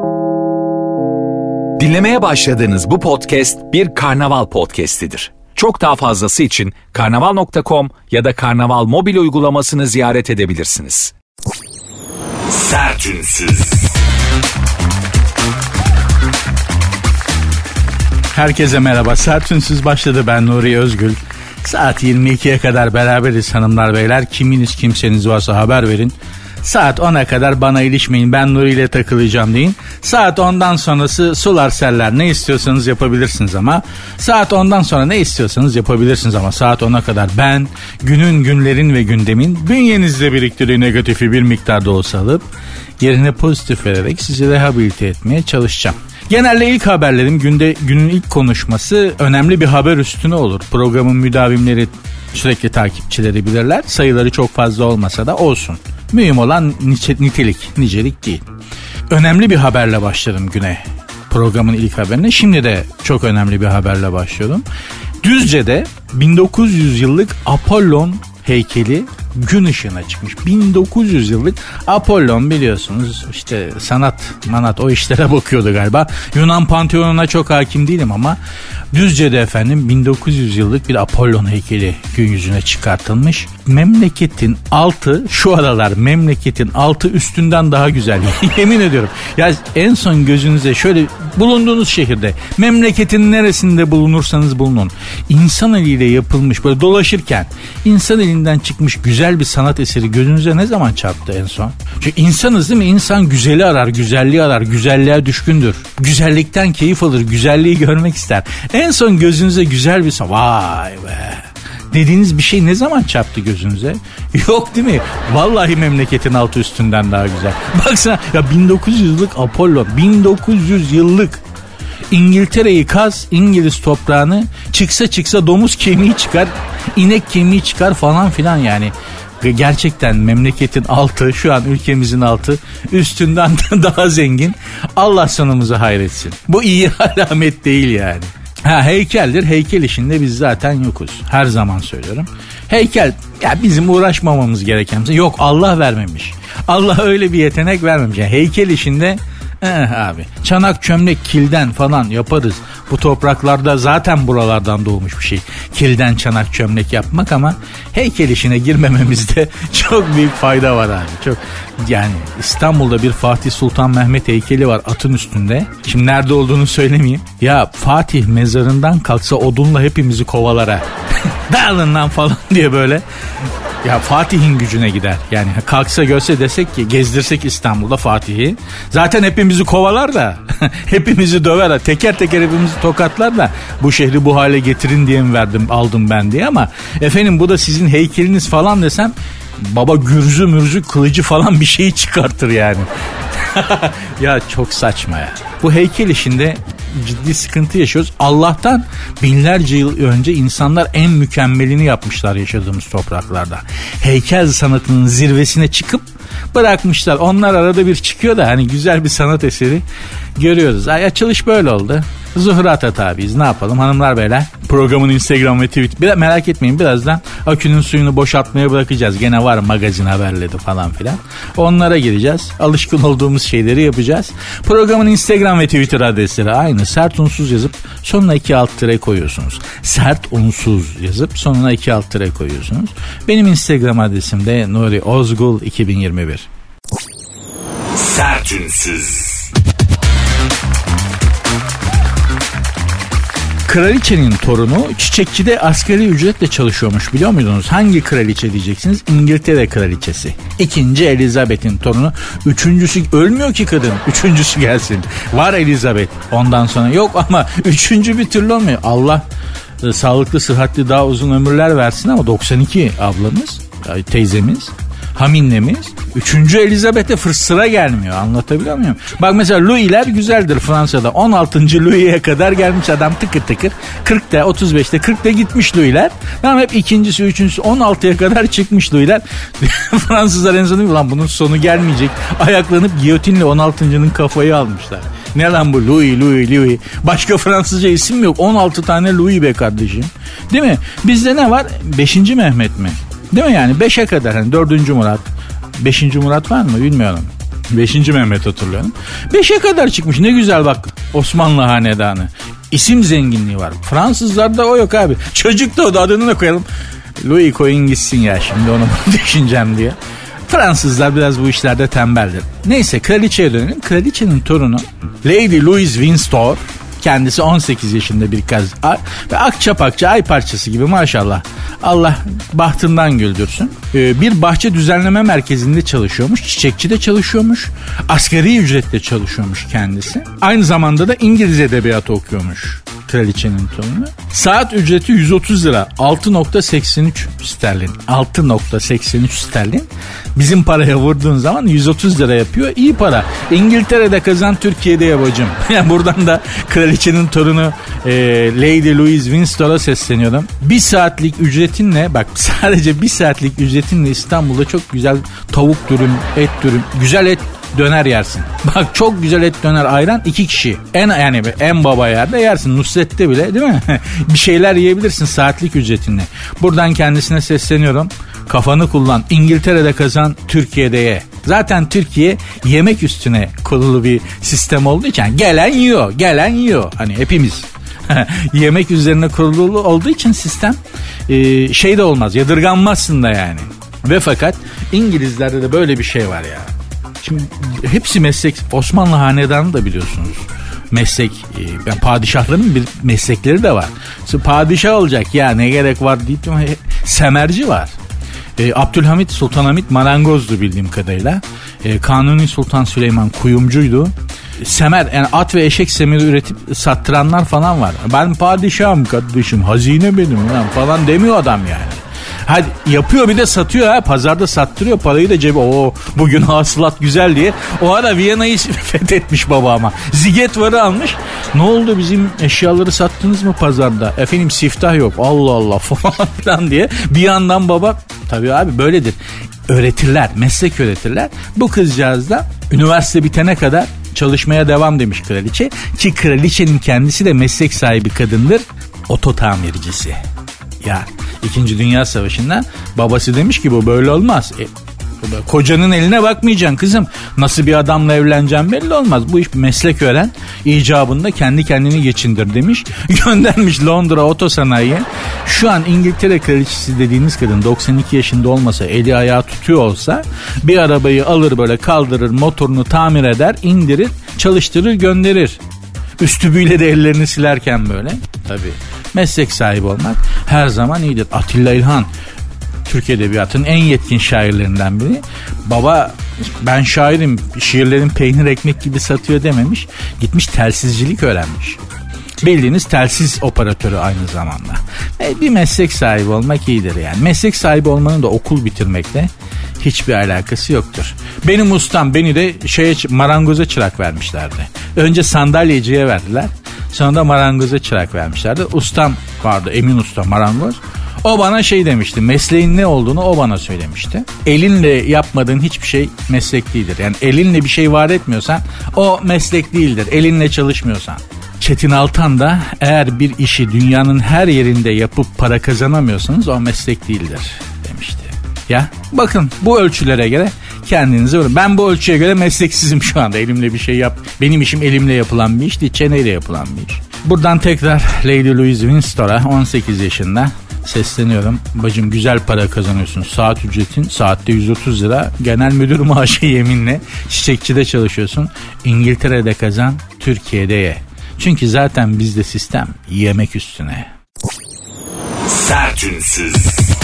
Dinlemeye başladığınız bu podcast bir karnaval podcastidir. Çok daha fazlası için karnaval.com ya da karnaval mobil uygulamasını ziyaret edebilirsiniz. Sertünsüz. Herkese merhaba. Sertünsüz başladı. Ben Nuri Özgül. Saat 22'ye kadar beraberiz hanımlar beyler. Kiminiz kimseniz varsa haber verin. Saat 10'a kadar bana ilişmeyin, ben Nuri ile takılacağım deyin. Saat 10'dan sonrası sular seller, ne istiyorsanız yapabilirsiniz ama. Saat 10'dan sonra ne istiyorsanız yapabilirsiniz ama saat 10'a kadar ben günlerin ve gündemin bünyenizde biriktirdiği negatifi bir miktarda olsa alıp yerine pozitif vererek sizi rehabilite etmeye çalışacağım. Genelde ilk haberlerim günün ilk konuşması önemli bir haber üstüne olur. Programın müdavimleri, sürekli takipçileri bilirler. Sayıları çok fazla olmasa da olsun. Mühim olan nitelik, nicelik değil. Önemli bir haberle başladım güne. Programın ilk haberine. Şimdi de çok önemli bir haberle başlıyorum. Düzce'de 1900 yıllık Apollon heykeli gün ışığına çıkmış. 1900 yıllık Apollon, biliyorsunuz işte sanat o işlere bakıyordu galiba. Yunan Panteon'una çok hakim değilim ama Düzce'de efendim 1900 yıllık bir Apollon heykeli gün yüzüne çıkartılmış. Memleketin altı, şu aralar memleketin altı üstünden daha güzel. Yemin ediyorum. Ya en son gözünüze şöyle, bulunduğunuz şehirde, memleketin neresinde bulunursanız bulunun, İnsan eliyle yapılmış, böyle dolaşırken insan elinden çıkmış güzel bir sanat eseri gözünüze ne zaman çarptı en son? Çünkü insanız değil mi? İnsan güzeli arar, güzelliği arar, güzelliğe düşkündür. Güzellikten keyif alır, güzelliği görmek ister. En son gözünüze güzel bir vay be dediğiniz bir şey ne zaman çarptı gözünüze? Yok değil mi? Vallahi memleketin altı üstünden daha güzel. Baksana ya, 1900 yıllık Apollon, 1900 yıllık. İngiltere'yi kaz, İngiliz toprağını, çıksa domuz kemiği çıkar, inek kemiği çıkar falan filan yani. Gerçekten memleketin altı, şu an ülkemizin altı üstünden daha zengin. Allah sonumuzu hayretsin. Bu iyi alamet değil yani. Heykeldir. Heykel işinde biz zaten yokuz. Her zaman söylüyorum. Heykel ya bizim uğraşmamamız gereken bir şey. Yok, Allah vermemiş. Allah öyle bir yetenek vermemiş. Yani heykel işinde abi çanak çömlek kilden falan yaparız. Bu topraklarda zaten buralardan doğmuş bir şey. Kilden çanak çömlek yapmak, ama heykel işine girmememizde çok büyük fayda var abi. Çok, yani İstanbul'da bir Fatih Sultan Mehmet heykeli var atın üstünde. Şimdi nerede olduğunu söylemeyeyim. Ya Fatih mezarından kalksa odunla hepimizi kovalara. Dağılın lan falan diye böyle. Ya Fatih'in gücüne gider. Yani kalksa görse, desek ki gezdirsek İstanbul'da Fatih'i. Zaten hepimizi kovalar da hepimizi döver, teker teker hepimizi tokatlar da bu şehri bu hale getirin diye mi aldım ben diye. Ama efendim bu da sizin heykeliniz falan desem, baba gürzü mürzü kılıcı falan bir şeyi çıkartır yani. Ya çok saçma ya. Bu heykel işinde ciddi sıkıntı yaşıyoruz. Allah'tan binlerce yıl önce insanlar en mükemmelini yapmışlar yaşadığımız topraklarda. Heykel sanatının zirvesine çıkıp bırakmışlar. Onlar arada bir çıkıyor da hani güzel bir sanat eseri görüyoruz. Açılış böyle oldu. Zuhrat tabiiz, ne yapalım hanımlar beyler. Programın Instagram ve Twitter, merak etmeyin, birazdan akünün suyunu boşaltmaya bırakacağız. Gene var magazin haberleri falan filan. Onlara gireceğiz. Alışkın olduğumuz şeyleri yapacağız. Programın Instagram ve Twitter adresleri aynı. Sert unsuz yazıp sonuna 2 alt tire koyuyorsunuz. Sert unsuz yazıp sonuna 2 alt tire koyuyorsunuz. Benim Instagram adresim de Nuri Ozgul 2021. Sertünsüz. Kraliçenin torunu çiçekçide asgari ücretle çalışıyormuş, biliyor muydunuz? Hangi kraliçe diyeceksiniz? İngiltere kraliçesi. 2. Elizabeth'in torunu. 3.'sü ölmüyor ki kadın. 3.'sü gelsin. Var Elizabeth. Ondan sonra yok ama 3. bir türlü olmuyor. Allah sağlıklı, sıhhatli, daha uzun ömürler versin ama 92 ablamız, teyzemiz, haminlemiz 3. Elizabeth'e sıra gelmiyor. Anlatabiliyor muyum? Bak mesela Louis'ler güzeldir Fransa'da. 16. Louis'e kadar gelmiş adam tıkır tıkır. 40'ta, 35'te, 40'ta gitmiş Louis'ler. Tamam, hep ikincisi, üçüncüsü 16'ya kadar çıkmış Louis'ler. Fransızlar en son lan bunun sonu gelmeyecek. Ayaklanıp giyotinle 16.'nın kafayı almışlar. Ne lan bu Louis. Başka Fransızca isim mi yok? 16 tane Louis be kardeşim. Değil mi? Bizde ne var? 5. Mehmet mi? Değil mi yani? 5'e kadar. Hani 4. Murat. 5. Murat var mı? Bilmiyorum. 5. Mehmet hatırlıyorum. 5'e kadar çıkmış. Ne güzel bak Osmanlı hanedanı. İsim zenginliği var. Fransızlarda o yok abi. Çocuk da o da adını da koyalım. Louis koyun gitsin ya şimdi onu düşüneceğim diye. Fransızlar biraz bu işlerde tembeldir. Neyse kraliçeye dönelim. Kraliçenin torunu Lady Louise Windsor. Kendisi 18 yaşında bir kız ve akça pakça ay parçası gibi maşallah. Allah bahtından güldürsün. Bir bahçe düzenleme merkezinde çalışıyormuş. Çiçekçide çalışıyormuş. Asgari ücretle çalışıyormuş kendisi. Aynı zamanda da İngiliz edebiyatı okuyormuş kraliçenin torunu. Saat ücreti 130 lira. 6.83 sterlin. 6.83 sterlin. Bizim paraya vurduğun zaman 130 lira yapıyor. İyi para. İngiltere'de kazan, Türkiye'de ya bacım. Yani buradan da kraliçenin torunu Lady Louise Windsor'a sesleniyorum. Bir saatlik ücretinle, bak sadece bir saatlik ücretinle İstanbul'da çok güzel tavuk dürüm, et dürüm, güzel et döner yersin. Bak çok güzel et döner ayran 2 kişi. En baba yerde yersin. Nusret'te bile değil mi? Bir şeyler yiyebilirsin saatlik ücretinle. Buradan kendisine sesleniyorum. Kafanı kullan. İngiltere'de kazan, Türkiye'de ye. Zaten Türkiye yemek üstüne kurulu bir sistem olduğu için gelen yiyor. Hani hepimiz. Yemek üzerine kurulu olduğu için sistem şey de olmaz. Yadırganmazsın da yani. Ve fakat İngilizlerde de böyle bir şey var ya. Şimdi hepsi meslek. Osmanlı hanedanı da biliyorsunuz. Meslek, padişahların bir meslekleri de var. Padişah olacak ya ne gerek var deyip semerci var. Abdülhamit Sultanhamit marangozdu bildiğim kadarıyla. Kanuni Sultan Süleyman kuyumcuydu. Semer, yani at ve eşek semeri üretip sattıranlar falan var. Ben padişahım kardeşim, hazine benim falan demiyor adam yani. Hadi yapıyor bir de satıyor ha, pazarda sattırıyor, parayı da cebi. Bugün hasılat güzel diye. O ara Viyana'yı fethetmiş baba ama. Ziget varı almış. Ne oldu, bizim eşyaları sattınız mı pazarda? Efendim siftah yok. Allah Allah falan filan diye. Bir yandan baba, tabii abi böyledir. Öğretirler, meslek öğretirler. Bu kızcağız da üniversite bitene kadar çalışmaya devam demiş kraliçe. Ki kraliçenin kendisi de meslek sahibi kadındır. Oto tamircisi. Ya 2. Dünya Savaşı'nda babası demiş ki bu böyle olmaz. Kocanın eline bakmayacaksın kızım. Nasıl bir adamla evleneceğim belli olmaz. Bu iş meslek öğren. İcabında kendi kendini geçindir demiş. Göndermiş Londra otosanayiye. Şu an İngiltere kraliçesi dediğiniz kadın 92 yaşında olmasa, eli ayağı tutuyor olsa bir arabayı alır böyle kaldırır, motorunu tamir eder, indirir, çalıştırır, gönderir. Üstübüyle de ellerini silerken böyle. Tabii meslek sahibi olmak her zaman iyidir. Atilla İlhan Türk Edebiyatı'nın en yetkin şairlerinden biri. Baba ben şairim, şiirlerin peynir ekmek gibi satıyor dememiş. Gitmiş telsizcilik öğrenmiş. Bildiğiniz telsiz operatörü aynı zamanda. Bir meslek sahibi olmak iyidir yani. Meslek sahibi olmanın da okul bitirmekle hiçbir alakası yoktur. Benim ustam beni de marangoza çırak vermişlerdi. Önce sandalyeciye verdiler. Sonra da marangoza çırak vermişlerdi. Ustam vardı, Emin Usta marangoz. O bana demişti, mesleğin ne olduğunu o bana söylemişti. Elinle yapmadığın hiçbir şey meslek değildir. Yani elinle bir şey var etmiyorsan o meslek değildir. Elinle çalışmıyorsan. Çetin Altan da eğer bir işi dünyanın her yerinde yapıp para kazanamıyorsanız o meslek değildir demişti. Ya bakın bu ölçülere göre kendinize vurun. Ben bu ölçüye göre mesleksizim şu anda. Elimle bir şey yap. Benim işim elimle yapılan bir iş değil, çeneyle yapılan bir iş. Buradan tekrar Lady Louise Windsor'a 18 yaşında sesleniyorum. Bacım güzel para kazanıyorsun. Saat ücretin saatte 130 lira. Genel müdür maaşı yeminle. Çiçekçide çalışıyorsun. İngiltere'de kazan, Türkiye'de ye. Çünkü zaten bizde sistem yemek üstüne. Sertünsüz.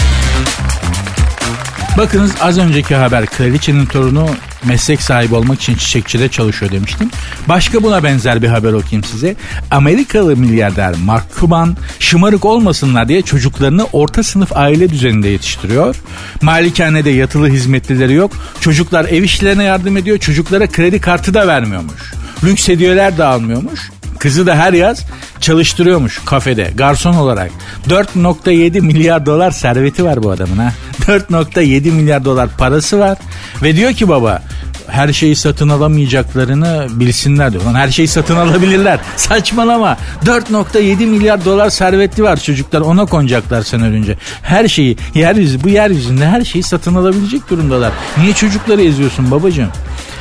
Bakınız az önceki haber, kraliçenin torunu meslek sahibi olmak için çiçekçide çalışıyor demiştim. Başka buna benzer bir haber okuyayım size. Amerikalı milyarder Mark Cuban şımarık olmasınlar diye çocuklarını orta sınıf aile düzeninde yetiştiriyor. Malikanede yatılı hizmetlileri yok. Çocuklar ev işlerine yardım ediyor. Çocuklara kredi kartı da vermiyormuş. Lüks hediyeler de almıyormuş. Kızı da her yaz çalıştırıyormuş kafede garson olarak. 4.7 milyar dolar serveti var bu adamın ha. 4.7 milyar dolar parası var. Ve diyor ki baba, her şeyi satın alamayacaklarını bilsinler diyor. Lan her şeyi satın alabilirler. Saçmalama. 4.7 milyar dolar serveti var çocuklar. Ona konacaklar sen ölünce. Her şeyi, bu yeryüzünde her şeyi satın alabilecek durumdalar. Niye çocukları eziyorsun babacığım?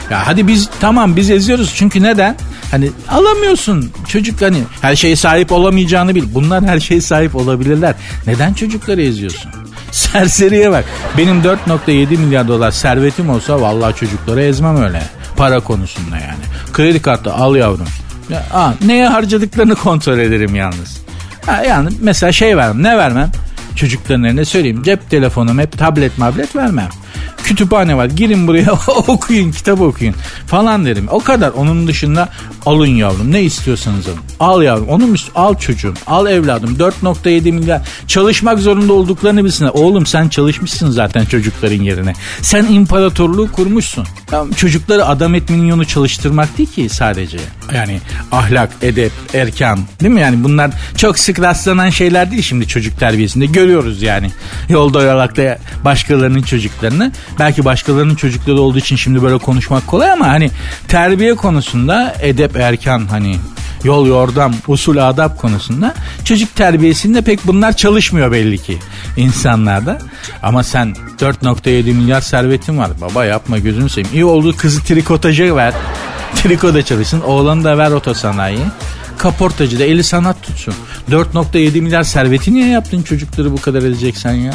Ya hadi biz eziyoruz çünkü neden? Hani alamıyorsun çocuk, hani her şeye sahip olamayacağını bil. Bunlar her şeye sahip olabilirler. Neden çocukları eziyorsun? Serseriye bak. Benim 4.7 milyar dolar servetim olsa vallahi çocukları ezmem öyle. Para konusunda yani. Kredi kartı al yavrum. Ya, neye harcadıklarını kontrol ederim yalnız. Yani mesela vermem. Ne vermem? Çocukların eline söyleyeyim. Cep telefonum, hep tablet vermem. Kütüphane var, girin buraya okuyun, kitap okuyun falan derim. O kadar. Onun dışında alın yavrum, ne istiyorsanız alın. Al yavrum, al çocuğum, al evladım. 4.7 milyar çalışmak zorunda olduklarını bilsinler. Oğlum sen çalışmışsın zaten çocukların yerine. Sen imparatorluğu kurmuşsun. Tamam, çocukları adam etmenin yolu çalıştırmak değil ki sadece. Yani ahlak, edep, erkan, değil mi? Yani bunlar çok sık rastlanan şeyler değil şimdi çocuk terbiyesinde. Görüyoruz yani. Yolda yolakta başkalarının çocuklarını. Belki başkalarının çocukları olduğu için şimdi böyle konuşmak kolay ama hani terbiye konusunda, edep, erkan, hani yol yordam, usul, adab konusunda çocuk terbiyesinde pek bunlar çalışmıyor belli ki insanlarda. Ama sen 4.7 milyar servetin var. Baba yapma, gözünü seveyim. İyi oldu, kızı trikotaja ver. Trikoda çalışsın. Oğlanı da ver otosanayiye. Kaportacı da eli sanat tutsun. 4.7 milyar serveti niye yaptın, çocukları bu kadar edeceksen ya?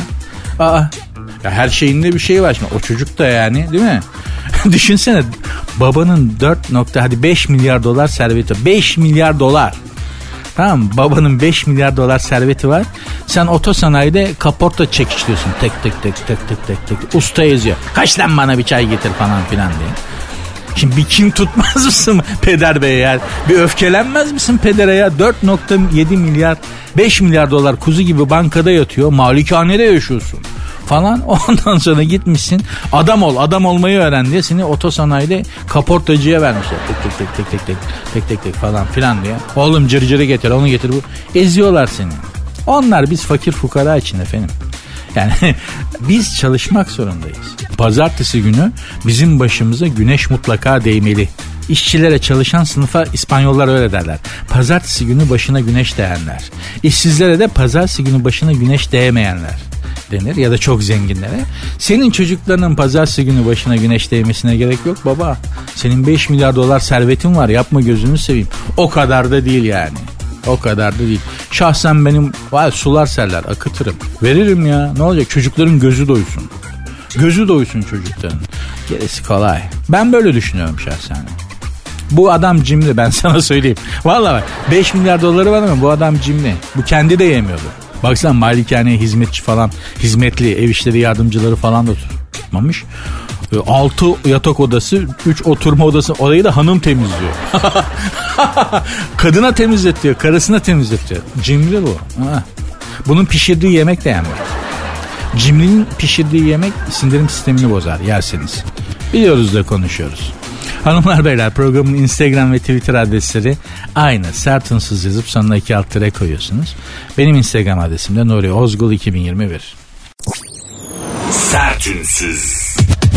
Ya her şeyinde bir şey var şimdi. O çocuk da yani, değil mi? Düşünsene, babanın 5 milyar dolar serveti. 5 milyar dolar. Tamam, babanın 5 milyar dolar serveti var. Sen otosanayide kaporta çekişliyorsun. Tek. Usta eziyor. Kaç lan bana bir çay getir falan filan diye. Şimdi bir kin tutmaz mısın peder bey ya? Bir öfkelenmez misin pedere ya? 4.7 milyar 5 milyar dolar kuzu gibi bankada yatıyor. Malikanede yaşıyorsun falan. Ondan sonra gitmişsin, adam olmayı öğren diye seni otosanayide kaportacıya vermişler. Tek falan filan diye. Oğlum cırcırı getir, onu getir, bu. Eziyorlar seni. Onlar biz fakir fukara için efendim. Yani biz çalışmak zorundayız. Pazartesi günü bizim başımıza güneş mutlaka değmeli. İşçilere, çalışan sınıfa İspanyollar öyle derler. Pazartesi günü başına güneş değenler. İşsizlere de pazartesi günü başına güneş değmeyenler denir, ya da çok zenginlere. Senin çocuklarının pazartesi günü başına güneş değmesine gerek yok baba. Senin 5 milyar dolar servetin var, yapma gözünü seveyim. O kadar da değil yani. O kadar da değil. Şahsen benim sular serler, akıtırım. Veririm ya. Ne olacak? Çocukların gözü doysun. Gözü doysun çocukların. Gerisi kolay. Ben böyle düşünüyorum şahsen. Bu adam cimri, ben sana söyleyeyim. Vallahi bak, 5 milyar doları var ama bu adam cimri. Bu kendi de yemiyordu. Baksana, malikaneye hizmetçi falan, hizmetli, ev işleri yardımcıları falan da tutmamış. 6 yatak odası, 3 oturma odası, orayı da hanım temizliyor. Kadına temizletiyor, karısına temizletiyor. Cimri bu. Bunun pişirdiği yemek de yenmez. Cimrinin pişirdiği yemek sindirim sistemini bozar yerseniz. Biliyoruz da konuşuyoruz. Hanımlar beyler, programın Instagram ve Twitter adresleri aynı. Sert Unsuz yazıp sonuna 2 alt tere koyuyorsunuz. Benim Instagram adresim de Nuri Ozgul 2021. Sert Unsuz.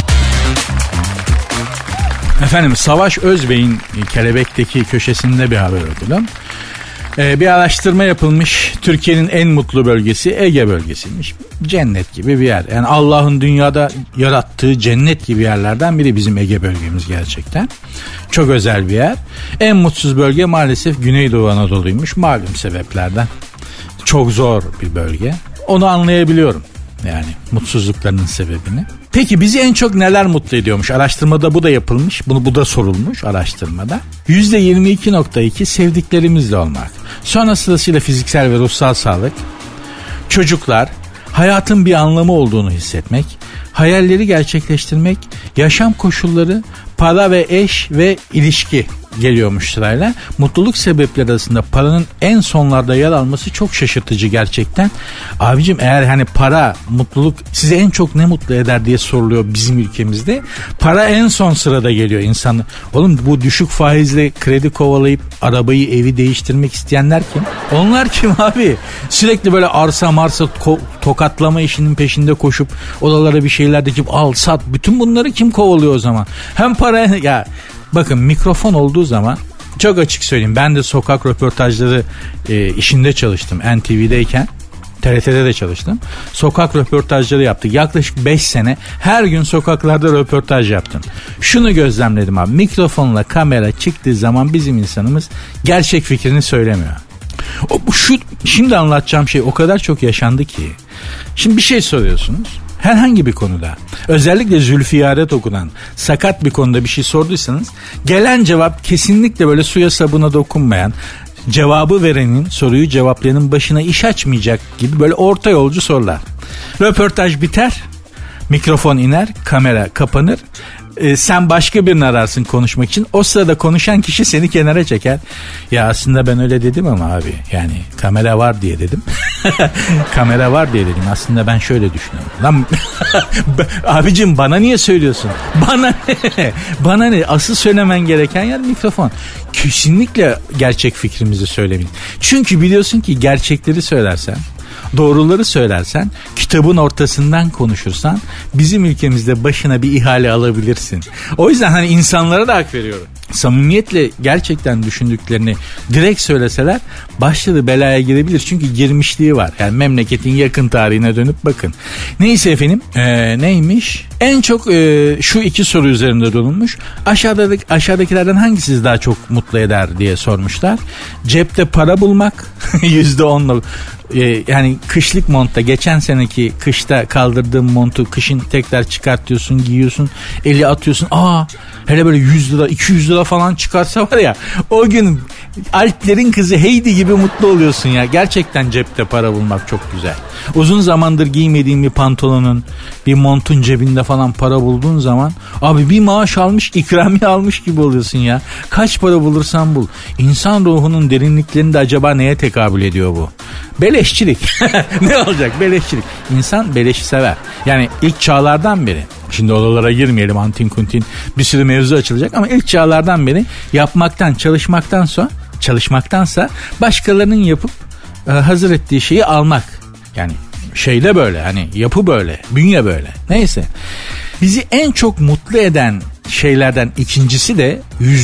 Efendim, Savaş Özbey'in Kelebek'teki köşesinde bir haber okudum. Bir araştırma yapılmış. Türkiye'nin en mutlu bölgesi Ege bölgesiymiş. Cennet gibi bir yer. Yani Allah'ın dünyada yarattığı cennet gibi yerlerden biri bizim Ege bölgemiz gerçekten. Çok özel bir yer. En mutsuz bölge maalesef Güneydoğu Anadolu'ymuş. Malum sebeplerden. Çok zor bir bölge. Onu anlayabiliyorum. Yani mutsuzluklarının sebebini. Peki bizi en çok neler mutlu ediyormuş? Araştırmada bu da yapılmış. Bu da sorulmuş araştırmada. %22.2 sevdiklerimizle olmak. Sonra sırasıyla fiziksel ve ruhsal sağlık. Çocuklar, hayatın bir anlamı olduğunu hissetmek, hayalleri gerçekleştirmek, yaşam koşulları, para ve eş ve ilişki geliyormuş sırayla. Mutluluk sebepleri arasında paranın en sonlarda yer alması çok şaşırtıcı gerçekten. Abicim, eğer hani para, mutluluk sizi en çok ne mutlu eder diye soruluyor bizim ülkemizde. Para en son sırada geliyor insanlar. Oğlum, bu düşük faizle kredi kovalayıp arabayı, evi değiştirmek isteyenler kim? Onlar kim abi? Sürekli böyle arsa marsa tokatlama işinin peşinde koşup odalara bir şeyler dikip al sat. Bütün bunları kim kovalıyor o zaman? Hem para, ya bakın, mikrofon olduğu zaman çok açık söyleyeyim. Ben de sokak röportajları işinde çalıştım NTV'deyken. TRT'de de çalıştım. Sokak röportajları yaptık. Yaklaşık 5 sene her gün sokaklarda röportaj yaptım. Şunu gözlemledim abi. Mikrofonla kamera çıktığı zaman bizim insanımız gerçek fikrini söylemiyor. Şimdi anlatacağım şey o kadar çok yaşandı ki. Şimdi bir şey soruyorsunuz. Herhangi bir konuda, özellikle Zülfiyare dokunan sakat bir konuda bir şey sorduysanız gelen cevap kesinlikle böyle suya sabuna dokunmayan, cevabı verenin soruyu cevaplayanın başına iş açmayacak gibi böyle orta yolcu sorular. Röportaj biter, mikrofon iner, kamera kapanır. Sen başka birini ararsın konuşmak için. O sırada konuşan kişi seni kenara çeker. Ya aslında ben öyle dedim ama abi. Yani kamera var diye dedim. Kamera var diye dedim. Aslında ben şöyle düşünüyorum. Lan abicim bana niye söylüyorsun? Bana ne? Asıl söylemen gereken yer mikrofon. Kesinlikle gerçek fikrimizi söylemeyin. Çünkü biliyorsun ki gerçekleri söylersen, doğruları söylersen, kitabın ortasından konuşursan bizim ülkemizde başına bir ihale alabilirsin. O yüzden hani insanlara da hak veriyorum. Samimiyetle gerçekten düşündüklerini direkt söyleseler başları belaya girebilir. Çünkü girmişliği var. Yani memleketin yakın tarihine dönüp bakın. Neyse efendim, neymiş? En çok şu iki soru üzerinde durulmuş. Aşağıdakilerden hangisi sizi daha çok mutlu eder diye sormuşlar. Cepte para bulmak %10'la. Yani kışlık montta, geçen seneki kışta kaldırdığın montu kışın tekrar çıkartıyorsun, giyiyorsun, eli atıyorsun. Hele böyle 100 lira 200 lira falan çıkarsa var ya, o gün Alplerin kızı Heidi gibi mutlu oluyorsun ya. Gerçekten cepte para bulmak çok güzel. Uzun zamandır giymediğin bir pantolonun, bir montun cebinde falan para bulduğun zaman abi bir maaş almış, ikramiye almış gibi oluyorsun ya. Kaç para bulursan bul. İnsan ruhunun derinliklerinde acaba neye tekabül ediyor bu? Beleşçilik. Ne olacak? Beleşçilik. İnsan beleşi sever. Yani ilk çağlardan beri. Şimdi oralara girmeyelim, antin kuntin bir sürü mevzu açılacak ama ilk çağlardan beri yapmaktan, çalışmaktansa başkalarının yapıp hazır ettiği şeyi almak. Yani şeyde böyle, hani yapı böyle, bünye böyle. Neyse. Bizi en çok mutlu eden şeylerden ikincisi de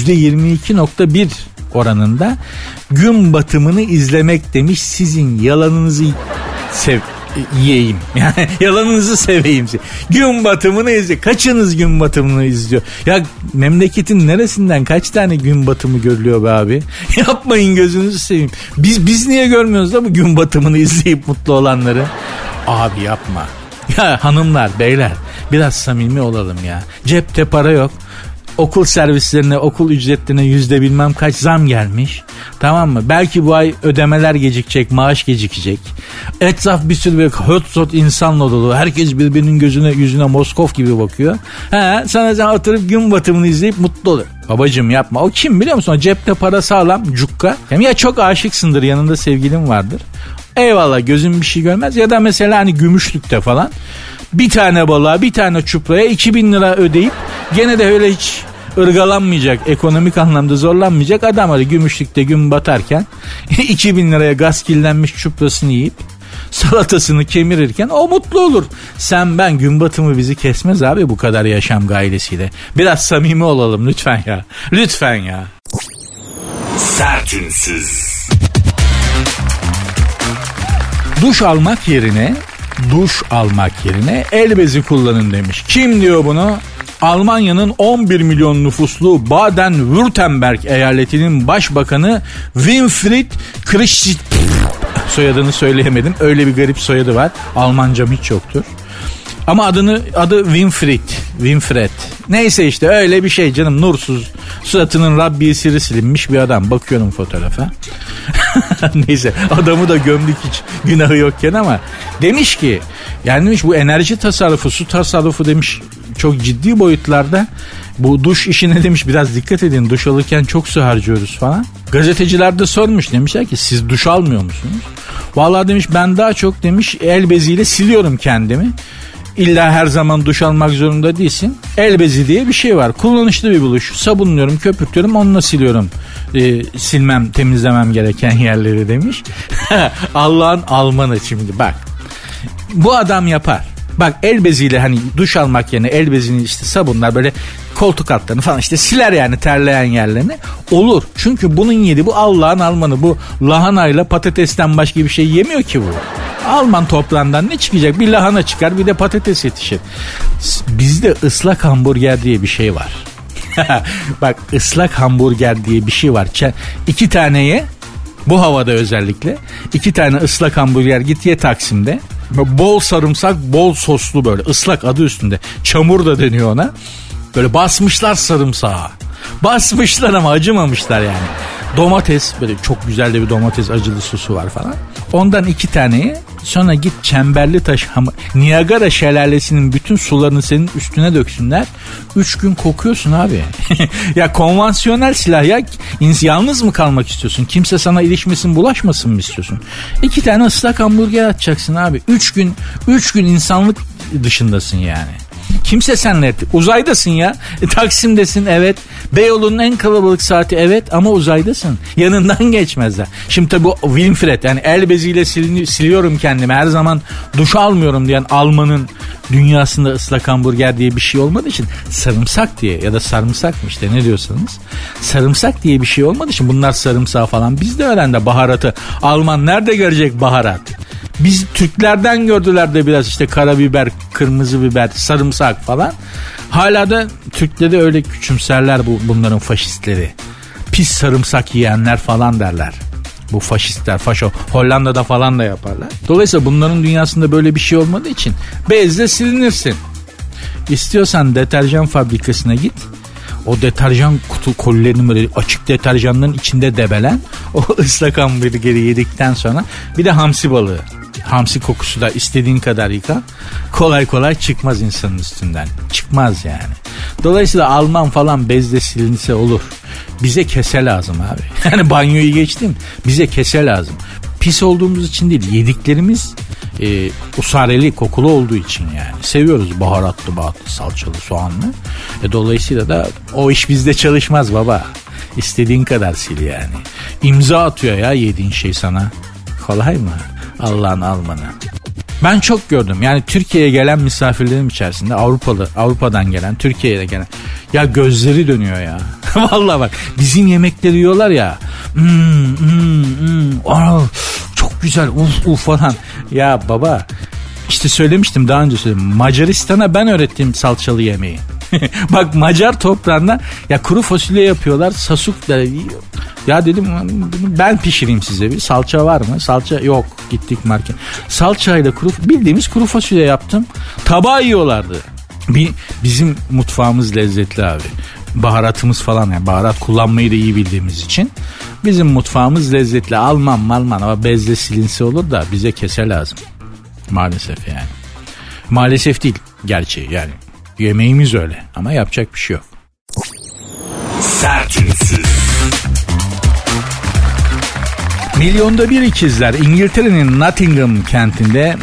%22.1 oranında gün batımını izlemek demiş. Sizin yalanınızı yiyeyim. Yani yalanınızı seveyim. Gün batımını izle. Kaçınız gün batımını izliyor? Ya memleketin neresinden kaç tane gün batımı görülüyor be abi? Yapmayın, gözünüzü seveyim. Biz niye görmüyoruz da bu gün batımını izleyip mutlu olanları? Abi yapma. Ya hanımlar, beyler biraz samimi olalım ya. Cepte para yok. Okul servislerine, okul ücretlerine bilmem kaç zam gelmiş. Tamam mı? Belki bu ay ödemeler gecikecek, maaş gecikecek. Etraf bir sürü böyle höt insanla dolu. Herkes birbirinin yüzüne Moskov gibi bakıyor. Sen oturup gün batımını izleyip mutlu oluyor. Babacığım yapma. O kim biliyor musun? O cepte para sağlam, cukka. Ya çok aşıksındır, yanında sevgilin vardır. Eyvallah, gözün bir şey görmez. Ya da mesela hani Gümüşlük'te falan bir tane balığa, bir tane çupraya 2000 lira ödeyip gene de öyle hiç ırgalanmayacak, ekonomik anlamda zorlanmayacak adam öyle Gümüşlük'te gün batarken 2000 liraya gaskillenmiş çuprasını yiyip salatasını kemirirken o mutlu olur. Sen ben gün batımı bizi kesmez abi bu kadar yaşam gailesiyle. Biraz samimi olalım lütfen ya. Lütfen ya. Sertünsüz. Duş almak yerine el bezi kullanın demiş. Kim diyor bunu? Almanya'nın 11 milyon nüfuslu Baden-Württemberg eyaletinin başbakanı Winfried Kretschmann. Soyadını söyleyemedim. Öyle bir garip soyadı var. Almancam hiç yoktur. Ama adı Winfried. Neyse işte öyle bir şey canım, nursuz. Suratının Rabbi siri silinmiş bir adam. Bakıyorum fotoğrafa. Neyse, adamı da gömdük hiç günahı yokken ama demiş ki, yani demiş bu enerji tasarrufu, su tasarrufu demiş çok ciddi boyutlarda. Bu duş işine demiş biraz dikkat edin, duş alırken çok su harcıyoruz falan. Gazeteciler de sormuş, demişler ki siz duş almıyor musunuz? Vallahi demiş ben daha çok demiş el beziyle siliyorum kendimi. İlla her zaman duş almak zorunda değilsin. El bezi diye bir şey var. Kullanışlı bir buluş. Sabunluyorum, köpürtüyorum, onunla siliyorum. Temizlemem gereken yerleri demiş. Allah'ın Almanı şimdi bak. Bu adam yapar. Bak el beziyle hani duş almak yerine el bezini işte sabunlar böyle koltuk altlarını falan işte siler yani terleyen yerlerini. Olur. Çünkü bunun yedi bu Allah'ın Almanı. Bu lahanayla patatesten başka bir şey yemiyor ki bu. Alman toprağından ne çıkacak? Bir lahana çıkar bir de patates yetişir. Bizde ıslak hamburger diye bir şey var. Bak ıslak hamburger diye bir şey var. 2 taneye bu havada özellikle 2 tane ıslak hamburger git ye Taksim'de. Bol sarımsak, bol soslu böyle ıslak adı üstünde. Çamur da deniyor ona. Böyle basmışlar sarımsağı. Basmışlar ama acımamışlar yani. Domates böyle çok güzel de bir domates acılı sosu var falan. Ondan 2 taneyi sonra git Çemberlitaş Niagara şelalesinin bütün sularını senin üstüne döksünler. 3 gün kokuyorsun abi. Ya konvansiyonel silah ya. Yalnız mı kalmak istiyorsun? Kimse sana ilişmesin bulaşmasın mı istiyorsun? 2 tane ıslak hamburger atacaksın abi. 3 gün insanlık dışındasın yani. Kimse seninle uzaydasın ya. Taksim'desin evet. Beyoğlu'nun en kalabalık saati evet ama uzaydasın. Yanından geçmezler. Şimdi tabii bu Winfred yani el beziyle siliyorum kendimi. Her zaman duş almıyorum diyen Alman'ın dünyasında ıslak hamburger diye bir şey olmadığı için sarımsak diye ya da sarımsak mı işte ne diyorsanız sarımsak diye bir şey olmadığı için bunlar sarımsağı falan biz de öğrendi baharatı. Alman nerede görecek baharat? Biz Türklerden gördüler de biraz işte karabiber, kırmızı biber, sarımsak falan. Hala da Türkleri öyle küçümserler bunların faşistleri. Pis sarımsak yiyenler falan derler. Bu faşistler, faşo. Hollanda'da falan da yaparlar. Dolayısıyla bunların dünyasında böyle bir şey olmadığı için bezle silinirsin. İstiyorsan deterjan fabrikasına git. O deterjan kutu kolilerini böyle açık deterjanların içinde debelen o ıslak hamburgeri yedikten sonra bir de hamsi balığı. Hamsi kokusu da istediğin kadar yıka. Kolay kolay çıkmaz insanın üstünden. Çıkmaz yani. Dolayısıyla Alman falan bezle silinse olur. Bize kese lazım abi. Yani banyoyu geçtim. Bize kese lazım. Pis olduğumuz için değil. Yediklerimiz usareli kokulu olduğu için yani. Seviyoruz baharatlı, salçalı, soğanlı. Dolayısıyla da o iş bizde çalışmaz baba. İstediğin kadar sil yani. İmza atıyor ya yediğin şey sana. Kolay mı? Allah'ın Almanı. Ben çok gördüm. Yani Türkiye'ye gelen misafirlerim içerisinde Avrupa'dan gelen, Türkiye'ye gelen. Ya gözleri dönüyor ya. Vallahi bak bizim yemekleri yiyorlar ya. Çok güzel uf falan. Ya baba işte söylemiştim daha önce söyledim. Macaristan'a ben öğrettim salçalı yemeği. Bak Macar toprağında ya kuru fasulye yapıyorlar. Sasuk da ya dedim ben pişireyim size bir. Salça var mı? Salça yok. Gittik market. Salçayla bildiğimiz kuru fasulye yaptım. Tabağı yiyorlardı. Bizim mutfağımız lezzetli abi. Baharatımız falan yani baharat kullanmayı da iyi bildiğimiz için bizim mutfağımız lezzetli. Alman ama bezle silinse olur da bize kese lazım. Maalesef yani. Maalesef değil gerçi yani. Yemeğimiz öyle ama yapacak bir şey yok. Sertünsüz. Milyonda bir ikizler İngiltere'nin Nottingham kentinde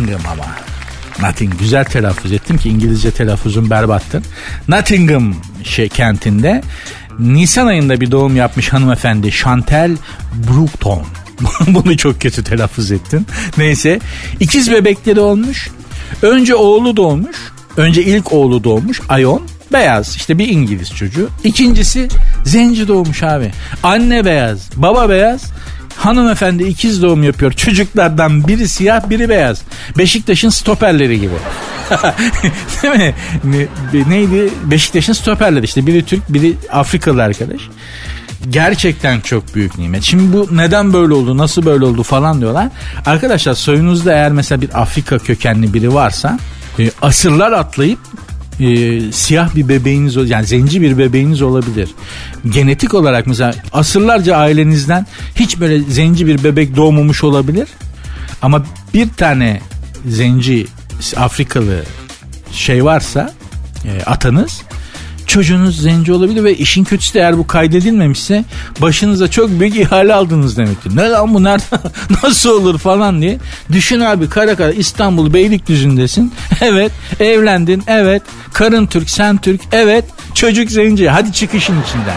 güzel telaffuz ettim ki İngilizce telaffuzum berbattır. Nottingham kentinde Nisan ayında bir doğum yapmış hanımefendi Chantal Brookton. Bunu çok kötü telaffuz ettim. Neyse ikiz bebekleri olmuş. Önce oğlu doğmuş. Önce ilk oğlu doğmuş Ayon. Beyaz işte bir İngiliz çocuğu. İkincisi zenci doğmuş abi. Anne beyaz baba beyaz. Hanımefendi ikiz doğum yapıyor. Çocuklardan biri siyah biri beyaz. Beşiktaş'ın stoperleri gibi. Değil mi? Neydi? Beşiktaş'ın stoperleri işte. Biri Türk biri Afrikalı arkadaş. Gerçekten çok büyük nimet. Şimdi bu neden böyle oldu, nasıl böyle oldu falan diyorlar. Arkadaşlar soyunuzda eğer mesela bir Afrika kökenli biri varsa asırlar atlayıp siyah bir bebeğiniz yani zenci bir bebeğiniz olabilir. Genetik olarak mesela asırlarca ailenizden hiç böyle zenci bir bebek doğmamış olabilir. Ama bir tane zenci Afrikalı şey varsa atanız çocuğunuz zenci olabilir ve işin kötüsü de eğer bu kaydedilmemişse başınıza çok büyük ihale aldınız demektir. Ne lan bu nerede nasıl olur falan diye. Düşün abi kara İstanbul Beylikdüzü'ndesin. Evet evlendin evet karın Türk sen Türk evet çocuk zenci hadi çık işin içinden.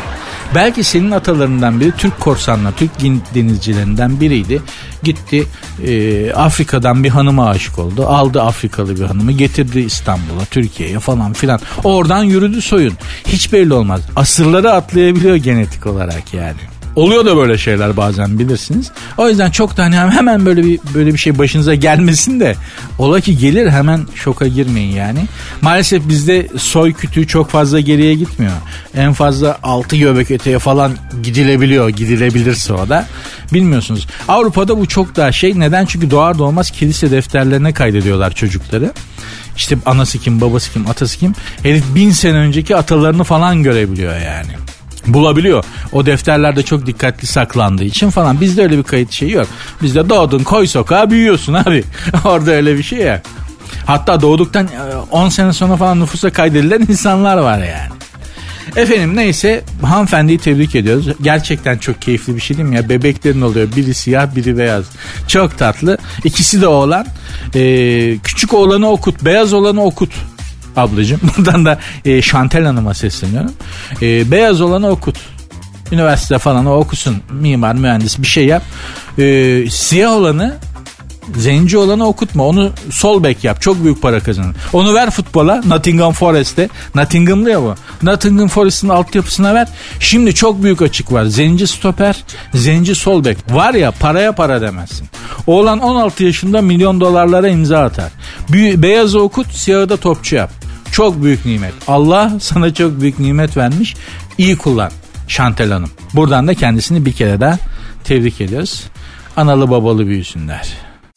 Belki senin atalarından biri Türk korsanlar, Türk denizcilerinden biriydi. Gitti Afrika'dan bir hanıma aşık oldu. Aldı Afrikalı bir hanımı, getirdi İstanbul'a, Türkiye'ye falan filan. Oradan yürüdü soyun. Hiç belli olmaz. Asırları atlayabiliyor genetik olarak yani. Oluyor da böyle şeyler bazen, bilirsiniz. O yüzden çok da hani hemen böyle bir şey başınıza gelmesin de, ola ki gelir, hemen şoka girmeyin yani. Maalesef bizde soy kütüğü çok fazla geriye gitmiyor. En fazla 6 göbek öteye falan gidilebiliyor. Gidilebilirse o da. Bilmiyorsunuz. Avrupa'da bu çok daha şey. Neden? Çünkü doğar doğmaz kilise defterlerine kaydediyorlar çocukları. İşte anası kim, babası kim, atası kim. Herif 1000 sene önceki atalarını falan görebiliyor yani. Bulabiliyor. O defterlerde çok dikkatli saklandığı için falan. Bizde öyle bir kayıt şeyi yok. Bizde doğdun koy sokağa büyüyorsun abi. Orada öyle bir şey ya. Hatta doğduktan 10 sene sonra falan nüfusa kaydedilen insanlar var yani. Efendim neyse, hanımefendiyi tebrik ediyoruz. Gerçekten çok keyifli bir şey değil mi ya? Bebeklerin oluyor. Biri siyah, biri beyaz. Çok tatlı. İkisi de oğlan. Küçük oğlanı okut, beyaz olanı okut. Ablacığım. Buradan da Şantel Hanım'a sesleniyorum. Beyaz olanı okut. Üniversite falan o okusun. Mimar, mühendis bir şey yap. Siyah olanı, zenci olanı okutma. Onu sol bek yap. Çok büyük para kazanır. Onu ver futbola. Nottingham Forest'e. Nottingham'lı ya bu. Nottingham Forest'in altyapısına ver. Şimdi çok büyük açık var. Zenci stoper, zenci sol bek. Var ya, paraya para demezsin. Oğlan 16 yaşında milyon dolarlara imza atar. Beyazı okut, siyahı da topçu yap. Çok büyük nimet. Allah sana çok büyük nimet vermiş. İyi kullan Şantel Hanım. Buradan da kendisini bir kere daha tebrik ediyoruz. Analı babalı büyüsünler.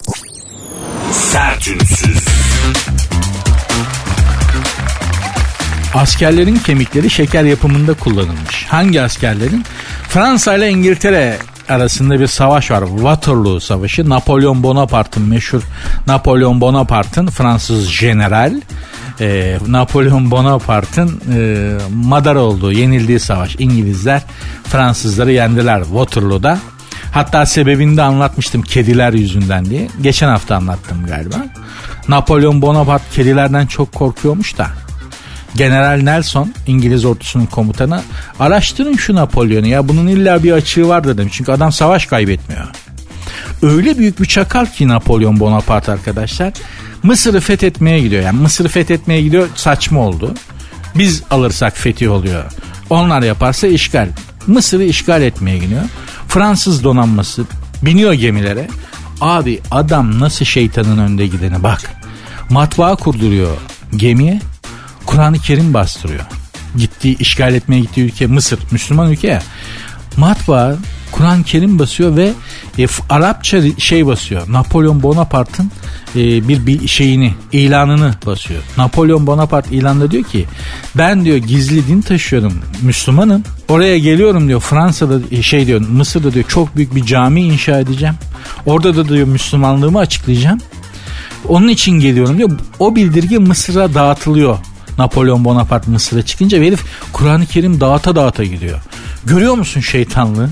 Sertünsüz. Askerlerin kemikleri şeker yapımında kullanılmış. Hangi askerlerin? Fransa ile İngiltere arasında bir savaş var. Waterloo Savaşı. Napolyon Bonaparte'ın, meşhur Napolyon Bonaparte'ın, Fransız general Napolyon Bonaparte'ın madar olduğu, yenildiği savaş. İngilizler Fransızları yendiler Waterloo'da. Hatta sebebini de anlatmıştım, kediler yüzünden diye. Geçen hafta anlattım galiba. Napolyon Bonaparte kedilerden çok korkuyormuş da. General Nelson, İngiliz ordusunun komutanı, araştırın şu Napolyon'u ya, bunun illa bir açığı vardır demiş. Çünkü adam savaş kaybetmiyor. Öyle büyük bir çakal ki Napolyon Bonaparte arkadaşlar. Mısır'ı fethetmeye gidiyor. Yani Mısır'ı fethetmeye gidiyor, saçma oldu. Biz alırsak fetih oluyor. Onlar yaparsa işgal. Mısır'ı işgal etmeye gidiyor. Fransız donanması biniyor gemilere. Abi adam nasıl şeytanın önde gideni bak. Matbaa kurduruyor gemiye. Kur'an-ı Kerim bastırıyor. İşgal etmeye gittiği ülke Mısır. Müslüman ülke ya. Matbaa Kur'an-ı Kerim basıyor ve Arapça şey basıyor. Napolyon Bonaparte'ın bir şeyini, ilanını basıyor. Napolyon Bonaparte ilanda diyor ki, ben diyor gizli din taşıyorum, Müslümanım. Oraya geliyorum diyor, Fransa'da diyor, Mısır'da diyor çok büyük bir cami inşa edeceğim. Orada da diyor Müslümanlığımı açıklayacağım. Onun için geliyorum diyor. O bildirge Mısır'a dağıtılıyor. Napolyon Bonaparte Mısır'a çıkınca herif Kur'an-ı Kerim dağıta gidiyor. Görüyor musun şeytanlığı?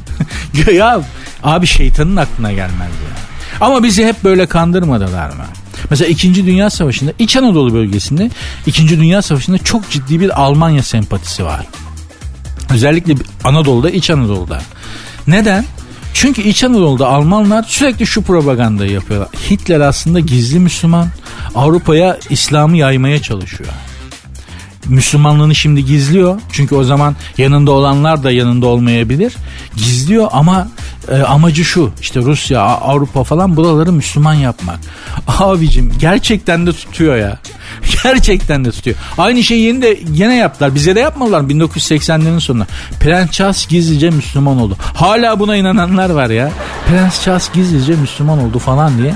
Ya abi, şeytanın aklına gelmez ya. Ama bizi hep böyle kandırmadılar mı? Mesela 2. Dünya Savaşı'nda İç Anadolu bölgesinde 2. Dünya Savaşı'nda çok ciddi bir Almanya sempatisi var. Özellikle Anadolu'da, İç Anadolu'da. Neden? Çünkü İç Anadolu'da Almanlar sürekli şu propagandayı yapıyorlar. Hitler aslında gizli Müslüman. Avrupa'ya İslam'ı yaymaya çalışıyor. Müslümanlığını şimdi gizliyor. Çünkü o zaman yanında olanlar da yanında olmayabilir. Gizliyor ama amacı şu. İşte Rusya, Avrupa falan, buraları Müslüman yapmak. Abicim gerçekten de tutuyor ya. Gerçekten de tutuyor. Aynı şeyi yine yaptılar. Bize de yapmadılar 1980'lerin sonunda. Prens Charles gizlice Müslüman oldu. Hala buna inananlar var ya. Prens Charles gizlice Müslüman oldu falan diye.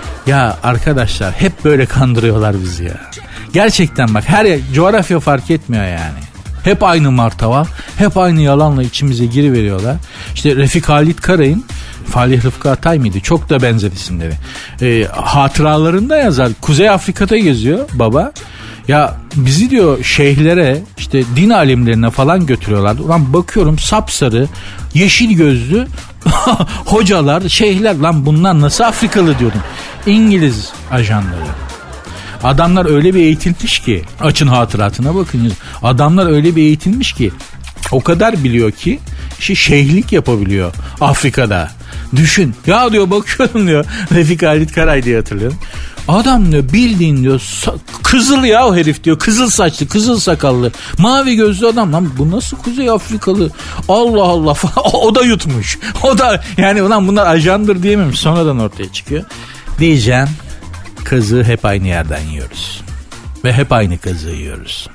Ya arkadaşlar hep böyle kandırıyorlar bizi ya. Gerçekten bak, her coğrafya fark etmiyor yani. Hep aynı martava, hep aynı yalanla içimize giriveriyorlar. İşte Refik Halit Karay'ın, Falih Rıfkı Atay mıydı? Çok da benzer isimleri. Hatıralarında yazar. Kuzey Afrika'da geziyor baba. Ya bizi diyor şeyhlere, işte din alimlerine falan götürüyorlar. Ulan bakıyorum sapsarı, yeşil gözlü hocalar, şeyhler. Lan bunlar nasıl Afrikalı diyordum. İngiliz ajanları. Adamlar öyle bir eğitilmiş ki, açın hatıratına bakın. Adamlar öyle bir eğitilmiş ki, o kadar biliyor ki şeyhlik yapabiliyor Afrika'da. Düşün. Ya diyor bakıyorum diyor. Refik Halit Karay diye hatırlıyorum. Adam diyor bildiğin diyor kızıl ya o herif diyor. Kızıl saçlı, kızıl sakallı, mavi gözlü adam. Lan bu nasıl Kuzey Afrikalı? Allah Allah falan. O da yutmuş. O da yani ulan bunlar ajandır diyememiş. Sonradan ortaya çıkıyor. Diyeceğim, kazığı hep aynı yerden yiyoruz. Ve hep aynı kazığı yiyoruz.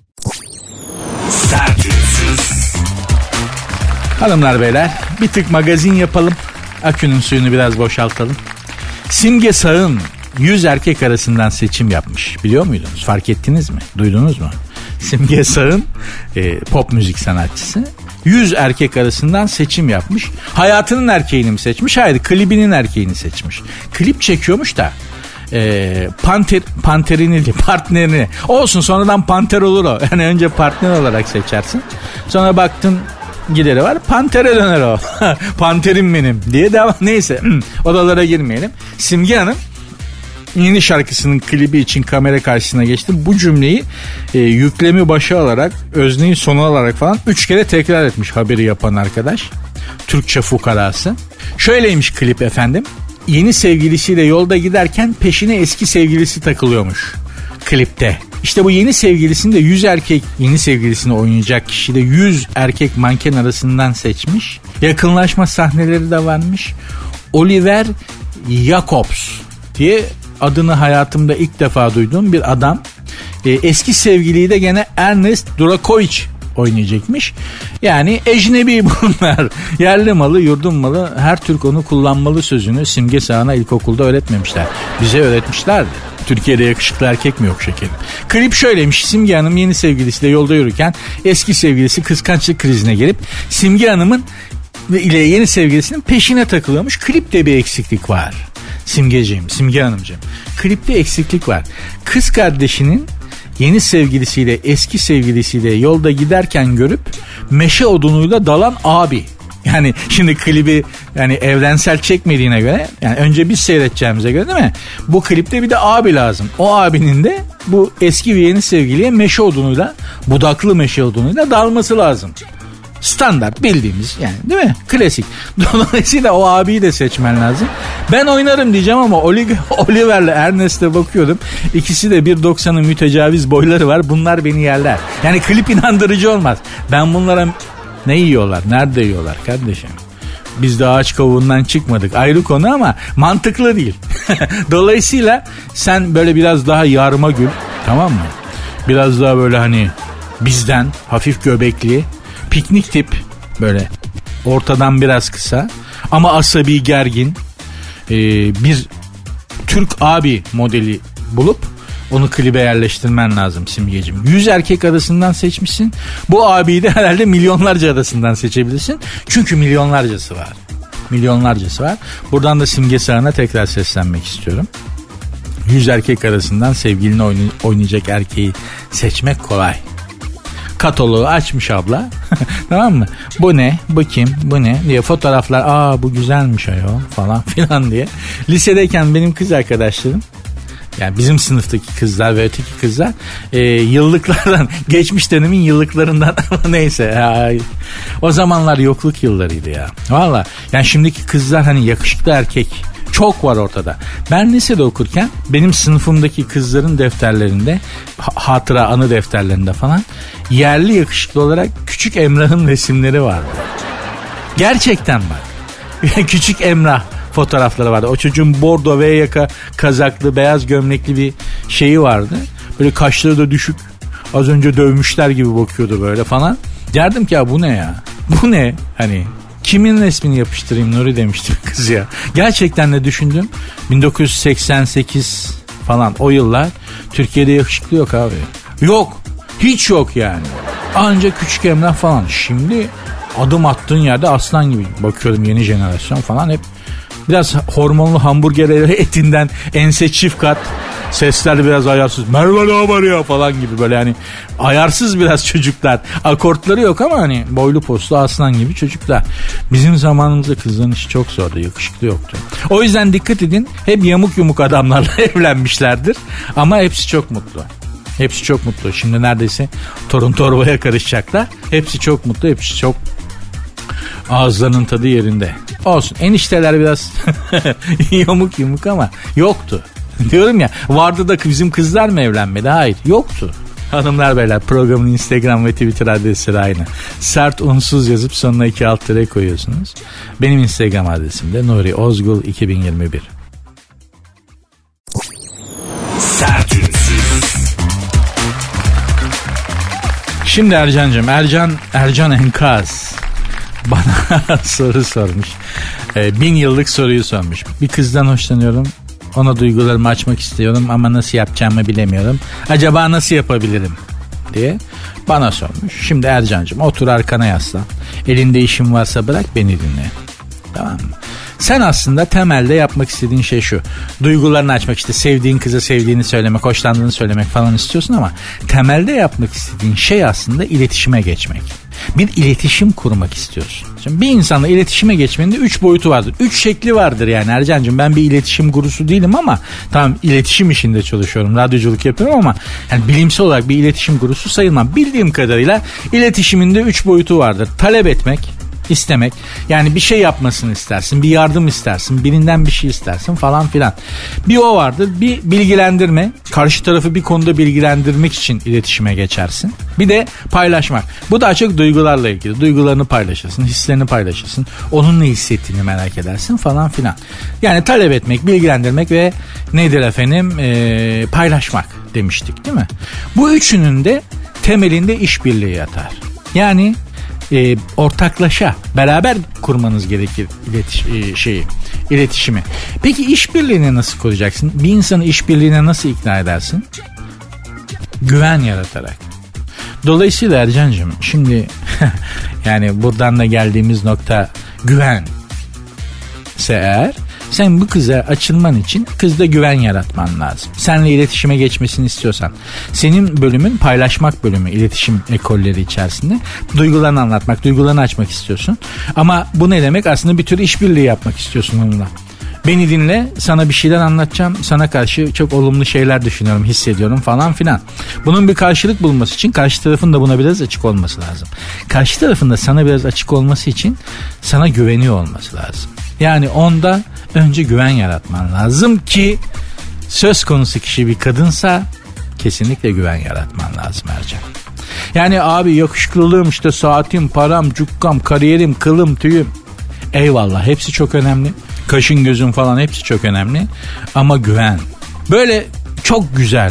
Hanımlar beyler, bir tık magazin yapalım. Akünün suyunu biraz boşaltalım. Simge Sağ'ın 100 erkek arasından seçim yapmış. Biliyor muydunuz? Fark ettiniz mi? Duydunuz mu? Simge Sağ'ın pop müzik sanatçısı 100 erkek arasından seçim yapmış. Hayatının erkeğini mi seçmiş? Hayır, klibinin erkeğini seçmiş. Klip çekiyormuş da partnerini olsun, sonradan panter olur o. Yani önce partner olarak seçersin. Sonra baktın gideri var, pantere döner o. Panterim benim diye devam. Neyse odalara girmeyelim. Simge Hanım yeni şarkısının klibi için kamera karşısına geçti. Bu cümleyi yüklemi başa alarak, özneyi sona alarak falan 3 kere tekrar etmiş haberi yapan arkadaş. Türkçe fukarası. Şöyleymiş klip efendim. Yeni sevgilisiyle yolda giderken peşine eski sevgilisi takılıyormuş klipte. İşte bu yeni sevgilisini de 100 erkek, yeni sevgilisini oynayacak kişi de 100 erkek manken arasından seçmiş. Yakınlaşma sahneleri de varmış. Oliver Jacobs diye adını hayatımda ilk defa duyduğum bir adam. Eski sevgiliyi de gene Ernest Durakovic oynayacakmış. Yani ecnebi bunlar. Yerli malı, yurdun malı, her Türk onu kullanmalı sözünü Simge Sağ'ına ilkokulda öğretmemişler. Bize öğretmişlerdi. Türkiye'de yakışıklı erkek mi yok şekerim? Klip şöyleymiş. Simge Hanım yeni sevgilisiyle yolda yürürken eski sevgilisi kıskançlık krizine girip Simge Hanım'ın ile yeni sevgilisinin peşine takılıyormuş. Klipte bir eksiklik var. Simge Hanımcığım. Klipte eksiklik var. Kız kardeşinin yeni sevgilisiyle eski sevgilisiyle yolda giderken görüp meşe odunuyla dalan abi. Yani şimdi klibi yani evrensel çekmediğine göre, yani önce biz seyredeceğimize göre değil mi? Bu klipte bir de abi lazım. O abinin de bu eski ve yeni sevgiliye meşe odunuyla, budaklı meşe odunuyla dalması lazım. Standart bildiğimiz yani, değil mi? Klasik. Dolayısıyla o abiyi de seçmen lazım. Ben oynarım diyeceğim ama Oliver'le Ernest'e bakıyordum. İkisi de 1.90'ın mütecaviz boyları var. Bunlar beni yerler. Yani klip inandırıcı olmaz. Ben bunlara ne yiyorlar? Nerede yiyorlar kardeşim? Biz de ağaç kavuğundan çıkmadık. Ayrı konu ama mantıklı değil. Dolayısıyla sen böyle biraz daha yarma gül, tamam mı? Biraz daha böyle hani bizden hafif göbekli, piknik tip, böyle ortadan biraz kısa ama asabi, gergin bir Türk abi modeli bulup onu klibe yerleştirmen lazım Simgeciğim. 100 erkek arasından seçmişsin. Bu abiyi de herhalde milyonlarca arasından seçebilirsin. Çünkü milyonlarcası var. Milyonlarcası var. Buradan da Simge Sağ'ına tekrar seslenmek istiyorum. 100 erkek arasından sevgilini oynayacak erkeği seçmek kolay. Kataloğu açmış abla. Tamam mı? Bu ne? Bu kim? Bu ne? Diye fotoğraflar. Aa bu güzelmiş ayol falan filan diye. Lisedeyken benim kız arkadaşlarım, yani bizim sınıftaki kızlar ve öteki kızlar yıllıklardan, geçmiş dönemin yıllıklarından neyse ya, o zamanlar yokluk yıllarıydı ya. Valla yani şimdiki kızlar hani yakışıklı erkek çok var ortada. Ben lisede okurken benim sınıfımdaki kızların defterlerinde, hatıra anı defterlerinde falan yerli yakışıklı olarak Küçük Emrah'ın resimleri vardı. Gerçekten bak. Küçük Emrah fotoğrafları vardı. O çocuğun bordo V yaka kazaklı, beyaz gömlekli bir şeyi vardı. Böyle kaşları da düşük. Az önce dövmüşler gibi bakıyordu böyle falan. Derdim ki ya bu ne ya? Bu ne? Hani kimin resmini yapıştırayım Nuri demişti kız ya. Gerçekten de düşündüm. 1988 falan o yıllar Türkiye'de yakışıklı yok abi. Yok. Hiç yok yani. Ancak Küçük Emrah falan. Şimdi adım attığın yerde aslan gibi bakıyorum, yeni jenerasyon falan hep biraz hormonlu hamburger etinden ense çift kat, sesler biraz ayarsız, merhaba ne haber ya falan gibi, böyle hani ayarsız biraz çocuklar. Akortları yok ama hani boylu postlu aslan gibi çocuklar. Bizim zamanımızda kızların işi çok zordu, yakışıklı yoktu. O yüzden dikkat edin, hep yamuk yumuk adamlarla evlenmişlerdir ama hepsi çok mutlu. Hepsi çok mutlu. Şimdi neredeyse torun torbaya karışacaklar. Hepsi çok mutlu, hepsi çok Ağızlarının tadı yerinde. Olsun. Enişteler biraz yamuk ama yoktu. Diyorum ya, vardı da bizim kızlar mı evlenmedi? Hayır, yoktu. Hanımlar beyler, programın Instagram ve Twitter adresleri aynı. Sert unsuz yazıp sonuna 2 alt tere koyuyorsunuz. Benim Instagram adresim de Nuri Ozgul 2021. Sert unsuz. Şimdi Ercan'cığım, Ercan Enkaz bana soru sormuş. 1000 yıllık soruyu sormuş. Bir kızdan hoşlanıyorum. Ona duygularımı açmak istiyorum ama nasıl yapacağımı bilemiyorum. Acaba nasıl yapabilirim diye bana sormuş. Şimdi Ercan'cığım, otur arkana yaslan. Elinde işin varsa bırak, beni dinle. Tamam mı? Sen aslında temelde yapmak istediğin şey şu. Duygularını açmak, işte sevdiğin kıza sevdiğini söylemek, hoşlandığını söylemek falan istiyorsun ama temelde yapmak istediğin şey aslında iletişime geçmek. Bir iletişim kurmak istiyorsun. Şimdi bir insanla iletişime geçmenin de 3 boyutu vardır. 3 şekli vardır yani Ercan'cığım. Ben bir iletişim gurusu değilim ama tamam, iletişim işinde çalışıyorum. Radyoculuk yapıyorum ama yani bilimsel olarak bir iletişim gurusu sayılmam. Bildiğim kadarıyla iletişimin de 3 boyutu vardır. Talep etmek, İstemek, yani bir şey yapmasını istersin, bir yardım istersin, birinden bir şey istersin falan filan. Bir o vardır. Bir bilgilendirme, karşı tarafı bir konuda bilgilendirmek için iletişime geçersin. Bir de paylaşmak. Bu daha çok duygularla ilgili. Duygularını paylaşırsın, hislerini paylaşırsın, onun ne hissettiğini merak edersin falan filan. Yani talep etmek, bilgilendirmek ve nedir efendim, paylaşmak demiştik değil mi? Bu üçünün de temelinde işbirliği yatar. Yani ortaklaşa beraber kurmanız gerekir iletişimi. Peki işbirliğini nasıl kuracaksın? Bir insanı işbirliğine nasıl ikna edersin? Güven yaratarak. Dolayısıyla Ercan'cığım, şimdi yani buradan da geldiğimiz nokta güven ise eğer, sen bu kıza açılman için kızda güven yaratman lazım. Seninle iletişime geçmesini istiyorsan. Senin bölümün paylaşmak bölümü, iletişim ekolleri içerisinde. Duygularını anlatmak, duygularını açmak istiyorsun. Ama bu ne demek? Aslında bir tür işbirliği yapmak istiyorsun onunla. Beni dinle, sana bir şeyler anlatacağım. Sana karşı çok olumlu şeyler düşünüyorum, hissediyorum falan filan. Bunun bir karşılık bulması için karşı tarafın da buna biraz açık olması lazım. Karşı tarafın da sana biraz açık olması için sana güveniyor olması lazım. Yani onda önce güven yaratman lazım ki söz konusu kişi bir kadınsa kesinlikle güven yaratman lazım Ercan. Yani abi yakışıklılığım, işte saatim, param, cukkam, kariyerim, kılım, tüyüm. Eyvallah, hepsi çok önemli. Kaşın gözün falan hepsi çok önemli. Ama güven. Böyle çok güzel,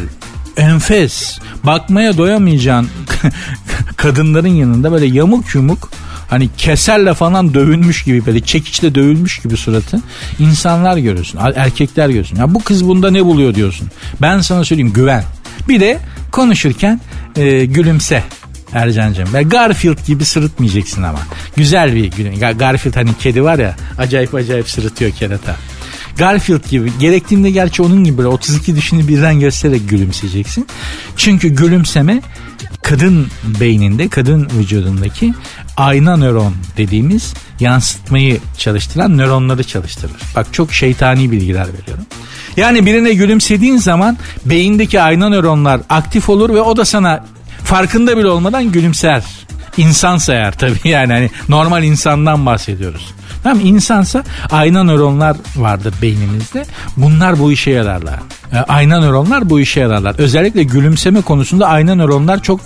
enfes, bakmaya doyamayacağın kadınların yanında böyle yamuk yumuk, hani keserle falan dövülmüş gibi, böyle çekiçle dövülmüş gibi suratı insanlar görüyorsun, erkekler görüyorsun. Ya bu kız bunda ne buluyor diyorsun. Ben sana söyleyeyim, güven. Bir de konuşurken gülümse Ercan'cığım. Garfield gibi sırıtmayacaksın ama. Güzel bir gülüm. Garfield, hani kedi var ya, acayip sırıtıyor kerata. Garfield gibi, gerektiğinde gerçi onun gibi böyle 32 dişini birden göstererek gülümseyeceksin. Çünkü gülümseme kadın beyninde, kadın vücudundaki ayna nöron dediğimiz yansıtmayı çalıştıran nöronları çalıştırır. Bak, çok şeytani bilgiler veriyorum. Yani birine gülümsediğin zaman beyindeki ayna nöronlar aktif olur ve o da sana farkında bile olmadan gülümser. İnsansa eğer tabii, yani hani normal insandan bahsediyoruz. Tamam, insansa ayna nöronlar vardır beynimizde. Bunlar bu işe yararlar. Ayna nöronlar bu işe yararlar. Özellikle gülümseme konusunda ayna nöronlar çok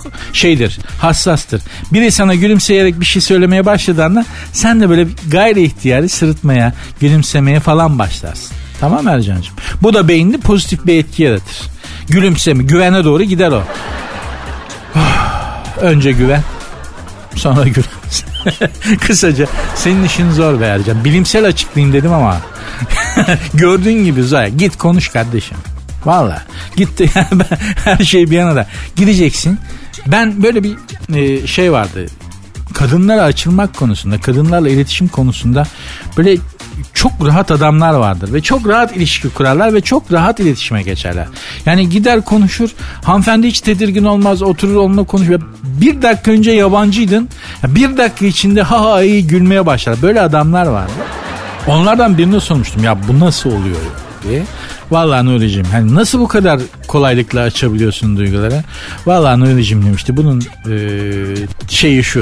hassastır. Biri sana gülümseyerek bir şey söylemeye başladığında sen de böyle gayri ihtiyari sırıtmaya, gülümsemeye falan başlarsın. Tamam Ercan'cığım. Bu da beyinde pozitif bir etki yaratır. Gülümseme, güvene doğru gider o. Önce güven, sonra gülümse. Kısaca senin işin zor be Ercan. Bilimsel açıklayayım dedim ama gördüğün gibi Zaya, git konuş kardeşim. Vallahi gitti. Her şey bir yana da gideceksin. Ben böyle bir şey vardı. Kadınlara açılmak konusunda, kadınlarla iletişim konusunda böyle çok rahat adamlar vardır ve çok rahat ilişki kurarlar ve çok rahat iletişime geçerler. Yani gider konuşur, hanımefendi hiç tedirgin olmaz, oturur onunla konuşur. Bir dakika önce yabancıydın, bir dakika içinde ha iyi gülmeye başlar. Böyle adamlar vardı. Onlardan birine sormuştum, ya bu nasıl oluyor diye. Vallahi Nuri'cim, hani nasıl bu kadar kolaylıkla açabiliyorsun duyguları? Vallahi Nuri'cim demişti, bunun şeyi şu,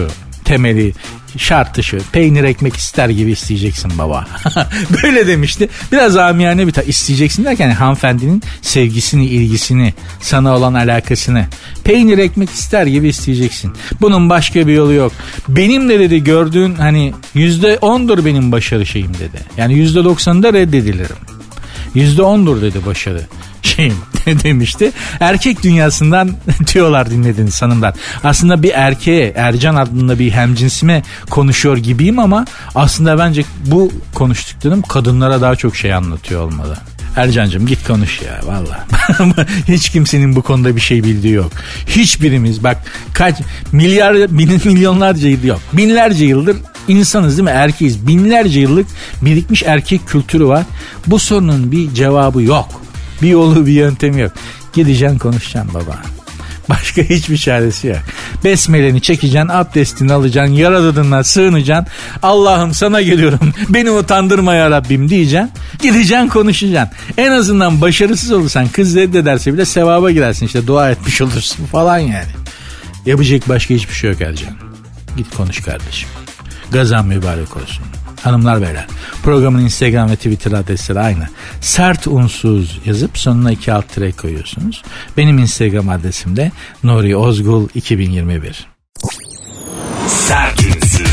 temeli, şart dışı, peynir ekmek ister gibi isteyeceksin baba. Böyle demişti. Biraz amiyane bir isteyeceksin derken hanımefendinin sevgisini, ilgisini, sana olan alakasını. Peynir ekmek ister gibi isteyeceksin. Bunun başka bir yolu yok. Benim de dedi gördüğün hani %10'dur benim başarı şeyim dedi. Yani %90'da reddedilirim. %10'dur dedi başarı şeyim demişti. Erkek dünyasından diyorlar dinlediniz hanımlar. Aslında bir erkeğe, Ercan adında bir hemcinsime konuşuyor gibiyim ama aslında bence bu konuştuklarım kadınlara daha çok şey anlatıyor olmalı. Ercancığım git konuş ya valla. Hiç kimsenin bu konuda bir şey bildiği yok. Hiçbirimiz bak kaç milyonlarca yıl yok. Binlerce yıldır insanız değil mi? Erkeğiz. Binlerce yıllık birikmiş erkek kültürü var. Bu sorunun bir cevabı yok. Bir yolu bir yöntemi yok. Gideceksin konuşacaksın baba. Başka hiçbir çaresi yok. Besmeleni çekeceksin, abdestini alacaksın, Yaradan'ına sığınacaksın. Allah'ım sana geliyorum, beni utandırma ya Rabbim diyeceksin. Gideceksin konuşacaksın. En azından başarısız olursan kız reddederse bile sevaba girersin, işte dua etmiş olursun falan yani. Yapacak başka hiçbir şey yok Ercan. Git konuş kardeşim. Gazan mübarek olsun. Hanımlar beyler, programın Instagram ve Twitter adresleri aynı. Sert unsuz yazıp sonuna 2 alt tire koyuyorsunuz. Benim Instagram adresim de Nuri Ozgul 2021. Sert unsuz.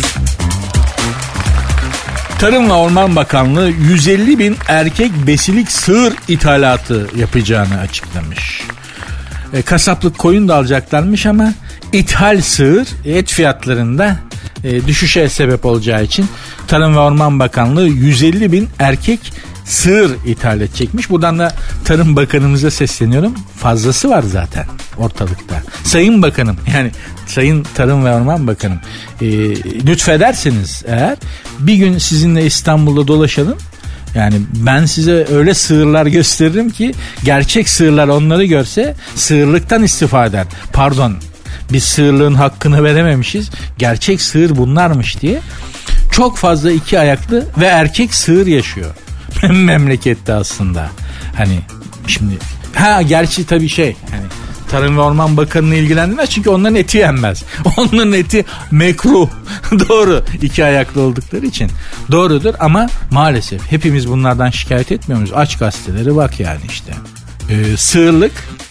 Tarım ve Orman Bakanlığı 150 bin erkek besilik sığır ithalatı yapacağını açıklamış. Kasaplık koyun da alacaklarmış ama ithal sığır et fiyatlarında düşüşe sebep olacağı için Tarım ve Orman Bakanlığı 150 bin erkek sığır ithal edecekmiş. Buradan da Tarım Bakanımıza sesleniyorum. Fazlası var zaten ortalıkta. Sayın Bakanım, yani Sayın Tarım ve Orman Bakanım, lütfederseniz eğer bir gün sizinle İstanbul'da dolaşalım. Yani ben size öyle sığırlar gösteririm ki gerçek sığırlar onları görse sığırlıktan istifa eder. Pardon, biz sığırlığın hakkını verememişiz. Gerçek sığır bunlarmış diye. Çok fazla 2 ayaklı ve erkek sığır yaşıyor memlekette aslında. Hani şimdi gerçi tabii hani Tarım ve Orman Bakanı'nı ilgilendirmez çünkü onların eti yenmez. Onların eti mekruh. Doğru. 2 ayaklı oldukları için. Doğrudur ama maalesef hepimiz bunlardan şikayet etmiyor muyuz? Aç gazeteleri bak yani işte. Sığırlık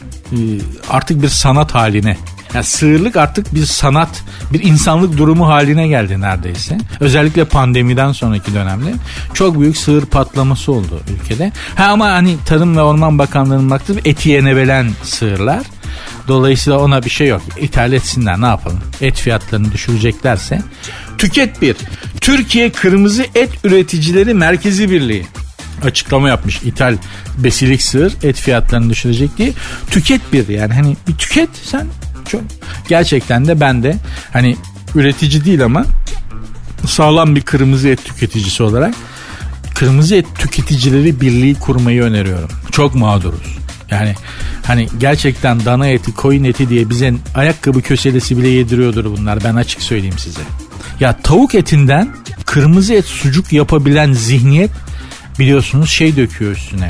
artık bir sanat haline. Yani sığırlık artık bir sanat, bir insanlık durumu haline geldi neredeyse. Özellikle pandemiden sonraki dönemde çok büyük sığır patlaması oldu ülkede. Ama hani Tarım ve Orman Bakanlığı'nın baktığı eti yenebilen sığırlar. Dolayısıyla ona bir şey yok. İthal etsinler, ne yapalım? Et fiyatlarını düşüreceklerse. Tüket bir. Türkiye Kırmızı Et Üreticileri Merkezi Birliği açıklama yapmış. İthal besilik sığır et fiyatlarını düşürecek diye. Tüket bir, yani hani bir tüket sen. Çok. Gerçekten de ben de hani üretici değil ama sağlam bir kırmızı et tüketicisi olarak Kırmızı Et Tüketicileri Birliği kurmayı öneriyorum. Çok mağduruz. Yani hani gerçekten dana eti, koyun eti diye bize ayakkabı köselesi bile yediriyordur bunlar. Ben açık söyleyeyim size. Ya tavuk etinden kırmızı et sucuk yapabilen zihniyet biliyorsunuz döküyor üstüne.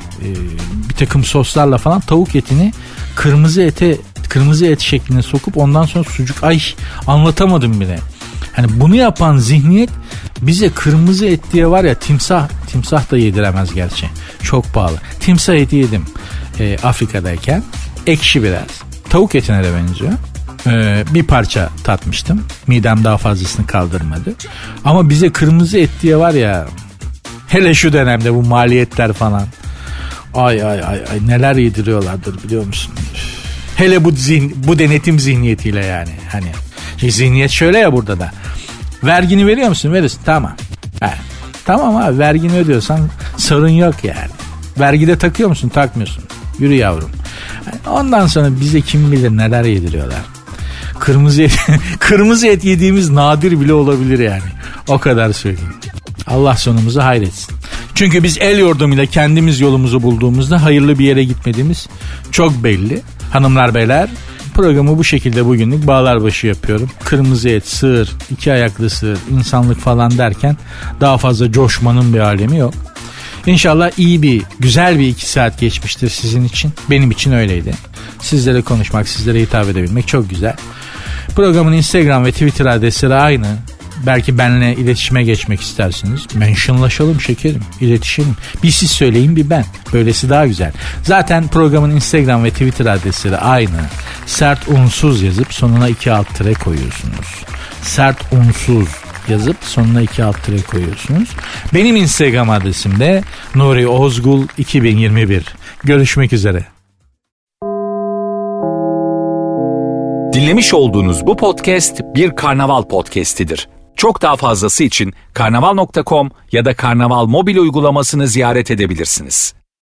Bir takım soslarla falan tavuk etini kırmızı et şekline sokup ondan sonra sucuk, anlatamadım bile. Hani bunu yapan zihniyet bize kırmızı et diye var ya, timsah da yediremez gerçi. Çok pahalı. Timsah eti yedim Afrika'dayken. Ekşi biraz. Tavuk etine de benziyor. Bir parça tatmıştım. Midem daha fazlasını kaldırmadı. Ama bize kırmızı et diye var ya, hele şu dönemde bu maliyetler falan. Ay neler yediriyorlardır biliyor musun? Hele bu denetim zihniyetiyle yani. Hani zihniyet şöyle ya burada da. Vergini veriyor musun? Verirsin. Tamam. Tamam abi, vergini ödüyorsan sorun yok yani. Vergide takıyor musun? Takmıyorsun. Yürü yavrum. Ondan sonra bize kim bilir neler yediriyorlar. Kırmızı et yediğimiz nadir bile olabilir yani. O kadar söyleyeyim. Allah sonumuzu hayretsin. Çünkü biz el yordamıyla kendimiz yolumuzu bulduğumuzda hayırlı bir yere gitmediğimiz çok belli. Hanımlar beyler, programı bu şekilde bugünlük bağlarbaşı yapıyorum. Kırmızı et, sığır, 2 ayaklı sığır, insanlık falan derken daha fazla coşmanın bir alemi yok. İnşallah güzel bir 2 saat geçmiştir sizin için. Benim için öyleydi. Sizlere konuşmak, sizlere hitap edebilmek çok güzel. Programın Instagram ve Twitter adresleri aynı. Belki benimle iletişime geçmek istersiniz. Mentionlaşalım şekerim, iletişelim. Bir siz söyleyin, bir ben. Böylesi daha güzel. Zaten programın Instagram ve Twitter adresleri aynı. Sert unsuz yazıp sonuna 2 alt tire koyuyorsunuz. Sert unsuz yazıp sonuna 2 alt tire koyuyorsunuz. Benim Instagram adresim de Nuri Ozgul 2021. Görüşmek üzere. Dinlemiş olduğunuz bu podcast bir Karnaval podcastidir. Çok daha fazlası için karnaval.com ya da Karnaval mobil uygulamasını ziyaret edebilirsiniz.